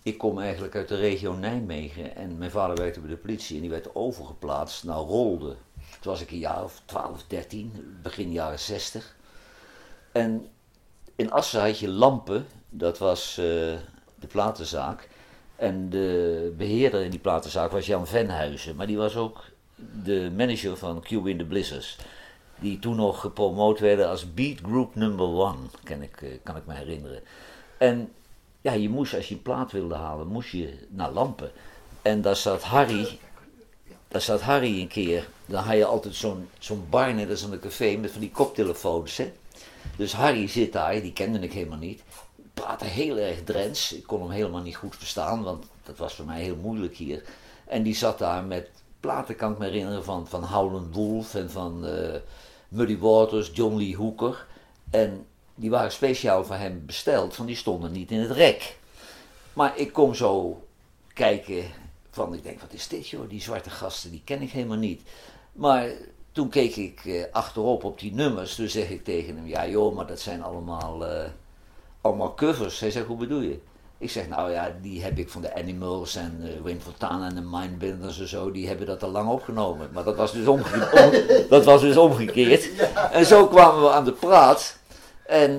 ik kom eigenlijk uit de regio Nijmegen en mijn vader werkte bij de politie en die werd overgeplaatst naar Rolde. Toen was ik een jaar of 12, 13, begin jaren 60. En in Assen had je Lampen, dat was de platenzaak. En de beheerder in die platenzaak was Jan Venhuizen, maar die was ook de manager van Q in the Blizzards. Die toen nog gepromoot werden als Beat Group Number One, kan ik me herinneren. En ja, je moest, als je een plaat wilde halen, moest je naar Lampen. En daar zat Harry een keer. Dan had je altijd zo'n bar net als in een café met van die koptelefoons. Hè? Dus Harry zit daar, die kende ik helemaal niet. Praatte heel erg Drents. Ik kon hem helemaal niet goed verstaan, want dat was voor mij heel moeilijk hier. En die zat daar met platen, kan ik me herinneren, van Howlin' Wolf en van Muddy Waters, John Lee Hooker. En die waren speciaal voor hem besteld, want die stonden niet in het rek. Maar ik kom zo kijken van, ik denk, wat is dit joh, die zwarte gasten, die ken ik helemaal niet. Maar toen keek ik achterop op die nummers, toen zeg ik tegen hem, ja joh, maar dat zijn allemaal covers. Hij zegt, hoe bedoel je? Ik zeg, nou ja, die heb ik van de Animals en Wayne Fontana en de Mindbenders en zo, die hebben dat al lang opgenomen. Maar dat was dus, omgekeerd. En zo kwamen we aan de praat. En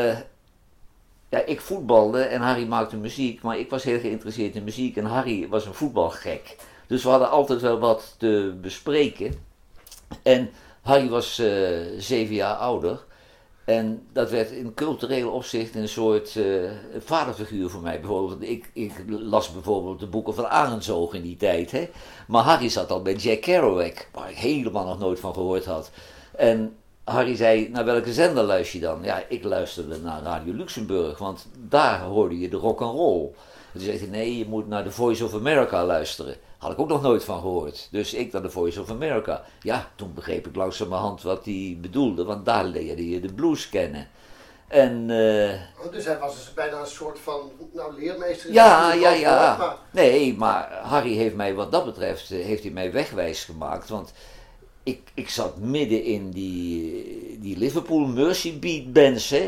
ja, ik voetbalde en Harry maakte muziek, maar ik was heel geïnteresseerd in muziek en Harry was een voetbalgek. Dus we hadden altijd wel wat te bespreken. En Harry was 7 jaar ouder. En dat werd in cultureel opzicht een soort vaderfiguur voor mij. Bijvoorbeeld, ik las bijvoorbeeld de boeken van Arendszoog in die tijd. Hè? Maar Harry zat al bij Jack Kerouac, waar ik helemaal nog nooit van gehoord had. En Harry zei, naar welke zender luister je dan? Ja, ik luisterde naar Radio Luxemburg, want daar hoorde je de rock'n'roll. En toen zei hij, nee, je moet naar The Voice of America luisteren. Had ik ook nog nooit van gehoord. Dus ik naar The Voice of America. Ja, toen begreep ik langzamerhand wat hij bedoelde, want daar leerde je de blues kennen. En, dus hij was dus bijna een soort van leermeester. Ja. Maar... Nee, maar Harry heeft mij wat dat betreft heeft hij mij wegwijs gemaakt, want ik zat midden in die Liverpool Mercy Beat bands, hè.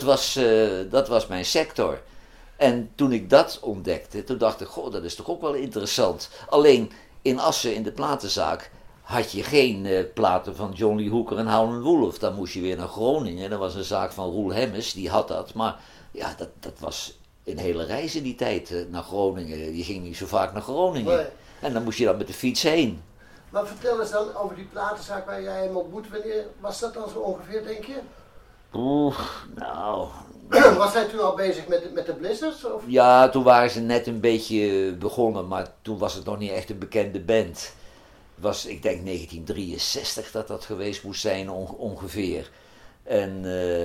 Dat was mijn sector. En toen ik dat ontdekte, toen dacht ik, goh, dat is toch ook wel interessant. Alleen in Assen, in de platenzaak, had je geen platen van John Lee Hooker en Howlin' Wolf. Dan moest je weer naar Groningen. Dat was een zaak van Roel Hemmes, die had dat. Maar ja, dat was een hele reis in die tijd naar Groningen. Je ging niet zo vaak naar Groningen. Nee. En dan moest je dan met de fiets heen. Maar vertel eens dan over die platenzaak waar jij hem ontmoette. Wanneer was dat dan zo ongeveer, denk je? Nou... Was hij toen al bezig met de Blizzards? Of? Ja, toen waren ze net een beetje begonnen, maar toen was het nog niet echt een bekende band. Het was, ik denk 1963 dat geweest moest zijn ongeveer. En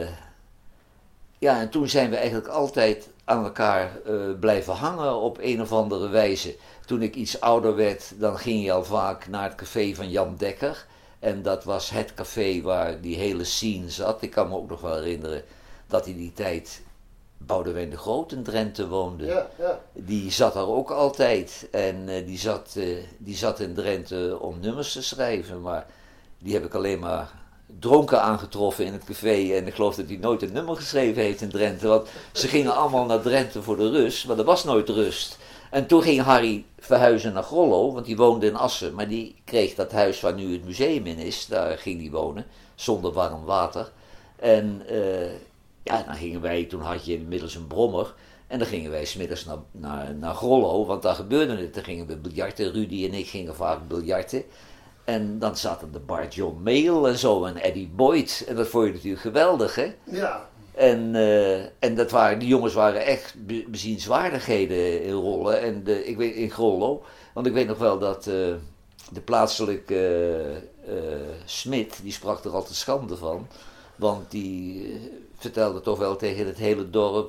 ja, en toen zijn we eigenlijk altijd aan elkaar blijven hangen op een of andere wijze. Toen ik iets ouder werd, dan ging je al vaak naar het café van Jan Dekker. En dat was het café waar die hele scene zat. Ik kan me ook nog wel herinneren dat in die tijd Boudewijn de Groot in Drenthe woonde. Ja. Die zat daar ook altijd. En die zat in Drenthe om nummers te schrijven. Maar die heb ik alleen maar dronken aangetroffen in het café. En ik geloof dat hij nooit een nummer geschreven heeft in Drenthe. Want ze gingen allemaal naar Drenthe voor de rust. Maar er was nooit rust. En toen ging Harry verhuizen naar Grollo. Want die woonde in Assen. Maar die kreeg dat huis waar nu het museum in is. Daar ging hij wonen. Zonder warm water. En... ja, dan gingen wij, toen had je inmiddels een brommer. En dan gingen wij 's middags naar Grollo, want daar gebeurde het. Dan gingen we biljarten, Rudy en ik gingen vaak biljarten. En dan zaten de Bart John Mayall en zo en Eddie Boyd. En dat vond je natuurlijk geweldig, hè? Ja. En die jongens waren echt bezienswaardigheden in Rollen. En ik weet in Grollo, want ik weet nog wel dat de plaatselijke Smit, die sprak er altijd schande van. Want die vertelde toch wel tegen het hele dorp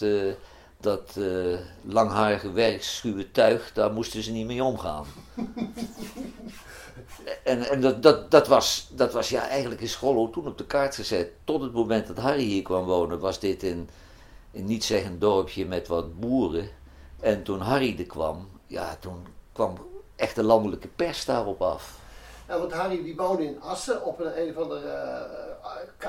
dat langharige werkschuwe tuig, daar moesten ze niet mee omgaan. En dat was ja, eigenlijk in Grollo toen op de kaart gezet. Tot het moment dat Harry hier kwam wonen, was dit een niet-zeggend dorpje met wat boeren. En toen Harry er kwam, ja, toen kwam echt de landelijke pers daarop af. Ja, want Harry die woonde in Assen op een of ander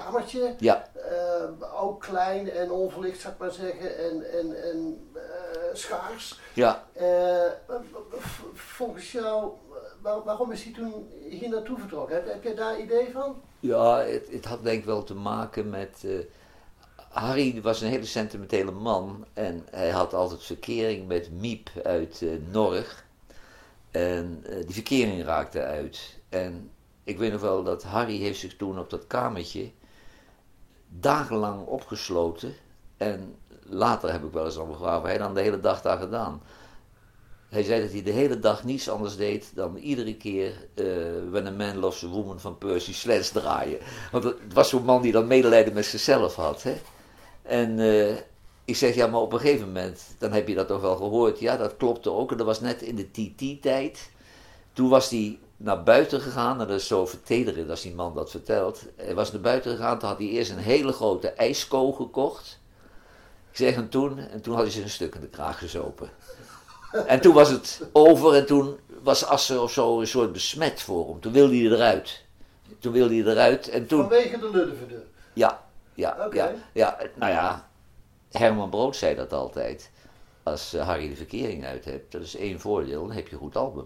kamertje. Ja. Ook klein en onverlicht, zou ik maar zeggen. En schaars. Ja. Volgens jou, waarom is hij toen hier naartoe vertrokken? Heb je daar idee van? Ja, het had denk ik wel te maken met... Harry was een hele sentimentele man en hij had altijd verkering met Miep uit Norg. En die verkering raakte uit. En ik weet nog wel dat Harry heeft zich toen op dat kamertje dagenlang opgesloten. En later heb ik wel eens al gevraagd wat hij dan de hele dag daar gedaan. Hij zei dat hij de hele dag niets anders deed dan iedere keer When a Man Loves a Woman van Percy Sledge draaien. Want het was zo'n man die dan medelijden met zichzelf had. Hè? En ik zeg, ja, maar op een gegeven moment, dan heb je dat toch wel gehoord. Ja, dat klopte ook. En dat was net in de TT-tijd. Toen was hij naar buiten gegaan, en dat is zo vertederend als die man dat vertelt. Hij was naar buiten gegaan, toen had hij eerst een hele grote ijsko gekocht. Ik zeg hem toen, en toen had hij zich een stuk in de kraag gezopen. En toen was het over en toen was Assen of zo een soort besmet voor hem. Toen wilde hij eruit. En toen... Vanwege de Luddeverde? Ja, Okay. ja, nou ja, Herman Brood zei dat altijd. Als Harry de verkering uit hebt, dat is één voordeel, dan heb je een goed album.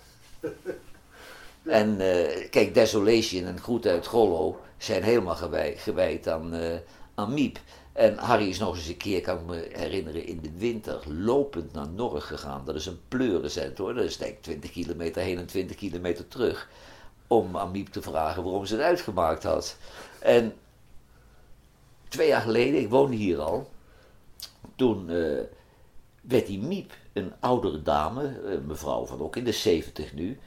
En kijk, Desolation en Groet uit Gollo zijn helemaal gewijd aan Miep. En Harry is nog eens een keer, kan ik me herinneren, in de winter lopend naar Norg gegaan. Dat is een pleurenzend hoor, dat is denk ik 20 kilometer heen en 20 kilometer terug. Om aan Miep te vragen waarom ze het uitgemaakt had. En 2 jaar geleden, ik woonde hier al, toen werd die Miep, een oudere dame, mevrouw van ook in de 70 nu.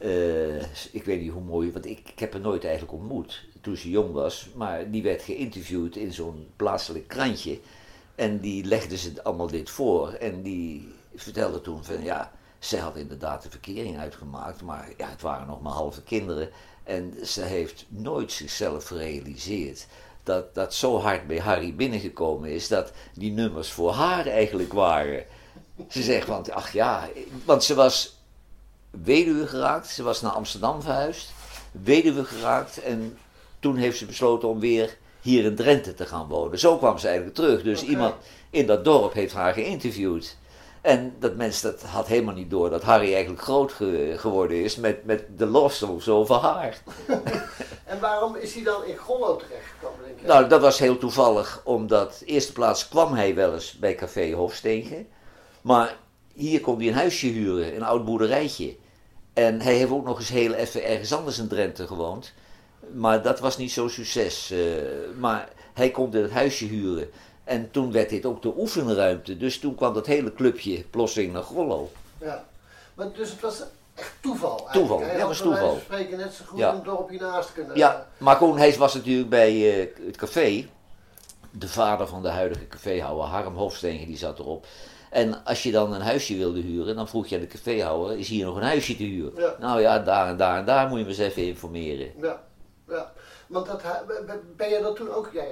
Ik weet niet hoe mooi, want ik heb haar nooit eigenlijk ontmoet toen ze jong was. Maar die werd geïnterviewd in zo'n plaatselijk krantje. En die legde ze allemaal dit voor. En die vertelde toen van ja, zij had inderdaad de verkering uitgemaakt. Maar ja, het waren nog maar halve kinderen. En ze heeft nooit zichzelf gerealiseerd dat zo hard bij Harry binnengekomen is dat die nummers voor haar eigenlijk waren. Ze zegt, want ze was weduwe geraakt, ze was naar Amsterdam verhuisd, weduwe geraakt en toen heeft ze besloten om weer hier in Drenthe te gaan wonen. Zo kwam ze eigenlijk terug, dus iemand in dat dorp heeft haar geïnterviewd. En dat mens dat had helemaal niet door dat Harry eigenlijk groot geworden is met de love songs over haar. En waarom is hij dan in Gollo terechtgekomen, denk je? Nou, dat was heel toevallig, omdat eerste plaats kwam hij wel eens bij Café Hofstegen. Maar hier kon hij een huisje huren, een oud boerderijtje. En hij heeft ook nog eens heel even ergens anders in Drenthe gewoond. Maar dat was niet zo'n succes. Maar hij kon het huisje huren. En toen werd dit ook de oefenruimte. Dus toen kwam dat hele clubje plotseling naar Grollo. Ja, maar dus het was echt toeval eigenlijk. Toeval, ja, was toeval. We spreken net zo goed een dorpje naast kunnen. Ja, maar gewoon, hij was natuurlijk bij het café. De vader van de huidige caféhouder, Harm Hofstegen, die zat erop. En als je dan een huisje wilde huren, dan vroeg je aan de caféhouder, is hier nog een huisje te huren? Ja. Nou ja, daar en daar en daar moet je me eens even informeren. Ja, ja. Want ben je dat toen ook?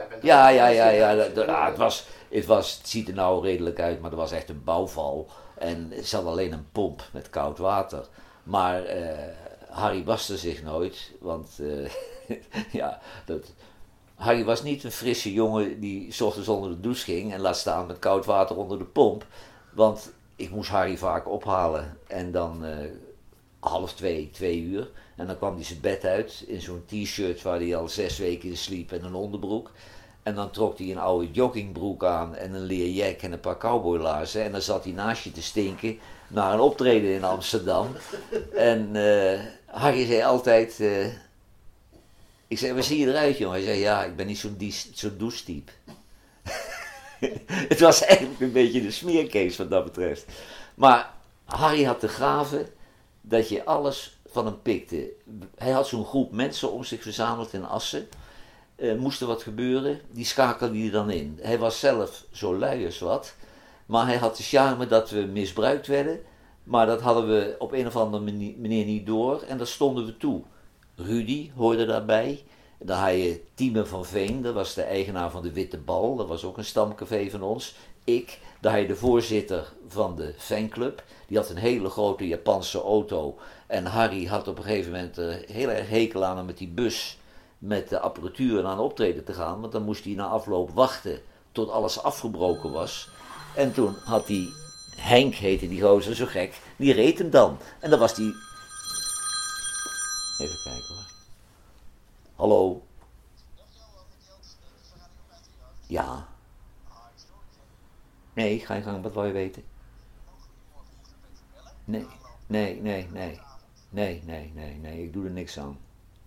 Het ziet er nou redelijk uit, maar er was echt een bouwval. En ze had alleen een pomp met koud water. Maar Harry waste zich nooit, want Harry was niet een frisse jongen die 's ochtends onder de douche ging en laat staan met koud water onder de pomp. Want ik moest Harry vaak ophalen en dan 1:30, 2:00. En dan kwam hij zijn bed uit in zo'n t-shirt waar hij al 6 weken in sliep en een onderbroek. En dan trok hij een oude joggingbroek aan en een leerjack en een paar cowboylaarzen. En dan zat hij naast je te stinken naar een optreden in Amsterdam. En Harry zei altijd... ik zei, waar zie je eruit, jongen? Hij zei, ja, ik ben niet zo'n douchetype. Het was eigenlijk een beetje de smeerkees wat dat betreft. Maar Harry had de gave dat je alles van hem pikte. Hij had zo'n groep mensen om zich verzameld in Assen. Moest er wat gebeuren, die schakelde hij dan in. Hij was zelf zo lui als wat. Maar hij had de charme dat we misbruikt werden. Maar dat hadden we op een of andere manier niet door. En daar stonden we toe. Rudy hoorde daarbij. Dan had je Tieme van Veen, dat was de eigenaar van de Witte Bal. Dat was ook een stamcafé van ons. Ik, daar had je de voorzitter van de fanclub. Die had een hele grote Japanse auto. En Harry had op een gegeven moment heel erg hekel aan hem met die bus. Met de apparatuur naar een optreden te gaan. Want dan moest hij na afloop wachten tot alles afgebroken was. En toen had hij Henk heette die gozer, zo gek. Die reed hem dan. En dan was die... Even kijken hoor. Hallo. Ja. Nee, ga je gang, wat wil je weten? Nee, nee, ik doe er niks aan.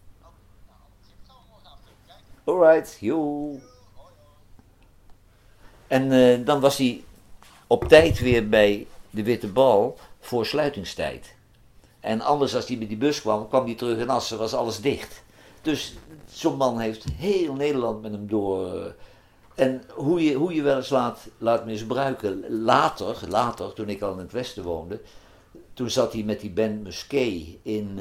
Alright, joe. En dan was hij op tijd weer bij de Witte Bal voor sluitingstijd. En anders als hij met die bus kwam, kwam hij terug in Assen, was alles dicht. Dus zo'n man heeft heel Nederland met hem door. En hoe je wel eens laat misbruiken. Later, toen ik al in het Westen woonde, toen zat hij met die band Musquet in,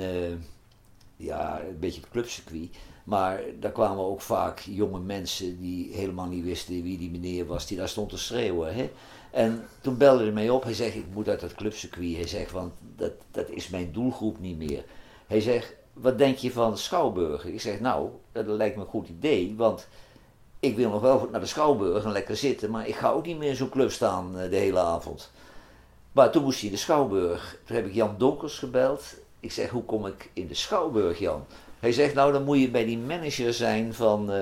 een beetje het clubcircuit. Maar daar kwamen ook vaak jonge mensen die helemaal niet wisten wie die meneer was, die daar stond te schreeuwen. Hè? En toen belde hij mij op, hij zegt, ik moet uit dat clubcircuit. Hij zegt, want dat is mijn doelgroep niet meer. Hij zegt, wat denk je van Schouwburg? Ik zeg, nou, dat lijkt me een goed idee, want ik wil nog wel naar de Schouwburg en lekker zitten, maar ik ga ook niet meer in zo'n club staan de hele avond. Maar toen moest hij in de Schouwburg. Toen heb ik Jan Donkers gebeld. Ik zeg, hoe kom ik in de Schouwburg, Jan? Hij zegt, nou dan moet je bij die manager zijn van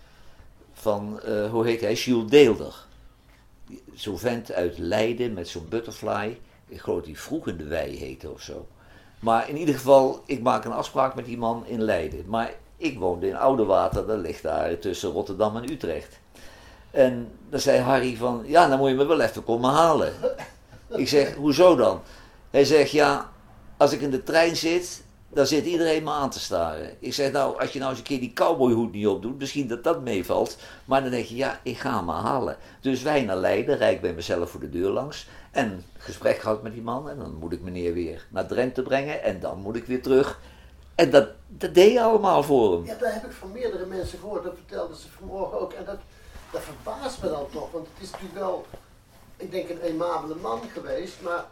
hoe heet hij, Jules Deelder. Zo'n vent uit Leiden met zo'n butterfly. Ik geloof dat hij vroeg in de wei heette of zo. Maar in ieder geval, ik maak een afspraak met die man in Leiden. Maar ik woonde in Oudewater, dat ligt daar tussen Rotterdam en Utrecht. En dan zei Harry van, ja dan moet je me wel even komen halen. Ik zeg, hoezo dan? Hij zegt, ja, als ik in de trein zit, dan zit iedereen me aan te staren. Ik zeg, nou, als je nou eens een keer die cowboyhoed niet opdoet, misschien dat dat meevalt. Maar dan denk je, ja, ik ga hem halen. Dus wij naar Leiden, rijd ik bij mezelf voor de deur langs. En gesprek gehad met die man. En dan moet ik meneer weer naar Drenthe brengen. En dan moet ik weer terug. En dat deed je allemaal voor hem. Ja, dat heb ik van meerdere mensen gehoord. Dat vertelden ze vanmorgen ook. En dat verbaast me dan toch. Want het is natuurlijk wel, ik denk, een aimabele man geweest. Maar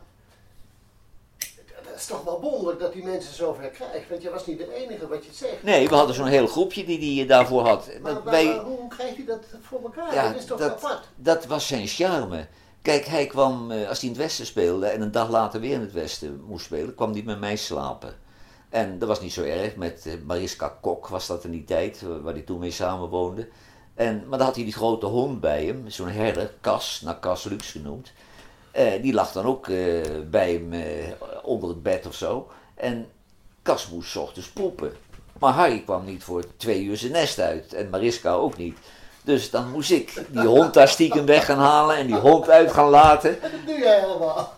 het is toch wel wonderlijk dat die mensen zover krijgt. Want jij was niet de enige wat je zegt. Nee, we hadden zo'n heel groepje die hij daarvoor had. Maar hoe krijgt hij dat voor elkaar? Ja, dat is toch apart? Dat was zijn charme. Kijk, hij kwam, als hij in het Westen speelde en een dag later weer in het Westen moest spelen, kwam hij met mij slapen. En dat was niet zo erg, met Mariska Kok was dat in die tijd, waar hij toen mee samenwoonde. Maar dan had hij die grote hond bij hem, zo'n herder, Cas, naar Cas Lux genoemd. Die lag dan ook bij hem onder het bed of zo. En Cas moest 's ochtends poepen. Maar Harry kwam niet voor 2 uur zijn nest uit. En Mariska ook niet. Dus dan moest ik die hond daar stiekem weg gaan halen en die hond uit gaan laten. En dat doe jij allemaal.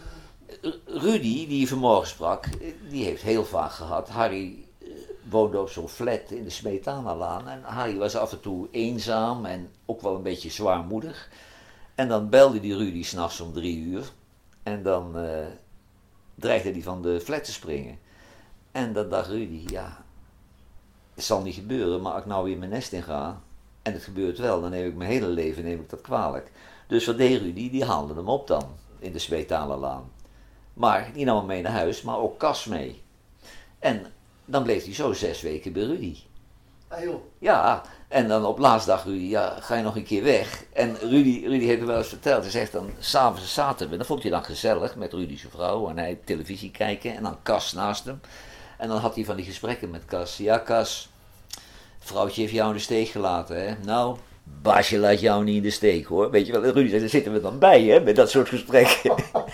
Rudy, die je vanmorgen sprak, die heeft heel vaak gehad. Harry woonde op zo'n flat in de Smetanalaan. En Harry was af en toe eenzaam en ook wel een beetje zwaarmoedig. En dan belde die Rudy 's nachts om 3 uur. En dan dreigde hij van de flat te springen. En dan dacht Rudy, ja, het zal niet gebeuren, maar als ik nou weer mijn nest in ga, en het gebeurt wel, dan neem ik mijn hele leven dat kwalijk. Dus wat deed Rudy? Die haalde hem op dan, in de Smetanalaan. Maar die nam hem mee naar huis, maar ook Cas mee. En dan bleef hij zo 6 weken bij Rudy. Ah joh. Ja, en dan op laatste dag Rudy, ja, ga je nog een keer weg? En Rudy heeft me wel eens verteld, hij zegt dan, s'avonds zaten we, dan vond hij dan gezellig met Rudy's vrouw en hij televisie kijken en dan Cas naast hem. En dan had hij van die gesprekken met Cas. Ja, Cas, vrouwtje heeft jou in de steek gelaten, hè? Nou, Basje laat jou niet in de steek, hoor. Weet je wel, Rudy zegt, daar zitten we dan bij, hè, met dat soort gesprekken.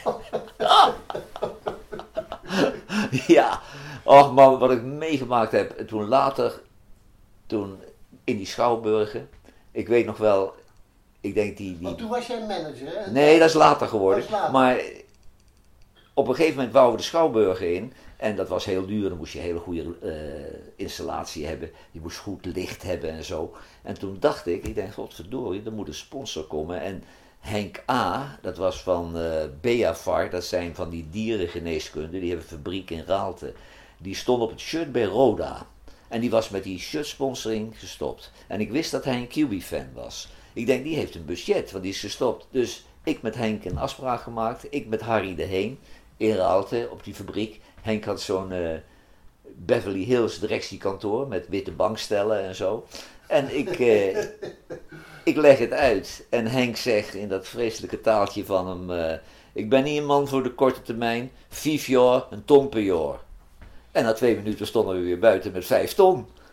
Ja, och man, wat ik meegemaakt heb. Toen in die Schouwburgen, ik weet nog wel, ik denk Want toen was jij manager, hè? Nee, dat is later geworden. Dat is later. Maar op een gegeven moment wouden we de Schouwburgen in. En dat was heel duur, dan moest je een hele goede installatie hebben. Je moest goed licht hebben en zo. En toen dacht ik denk, godverdorie, er moet een sponsor komen. En Henk A., dat was van Beavar, dat zijn van die dierengeneeskunde, die hebben een fabriek in Raalte. Die stond op het shirt bij Roda. En die was met die shirtsponsoring gestopt. En ik wist dat hij een QB-fan was. Ik denk, die heeft een budget, want die is gestopt. Dus ik met Henk een afspraaq gemaakt. Ik met Harry erheen, in Raalte, op die fabriek. Henk had zo'n Beverly Hills directiekantoor met witte bankstellen en zo. En ik leg het uit. En Henk zegt in dat vreselijke taaltje van hem, Ik ben niet een man voor de korte termijn. 5 jaar, een ton per jaar. En na 2 minuten stonden we weer buiten met 5 ton.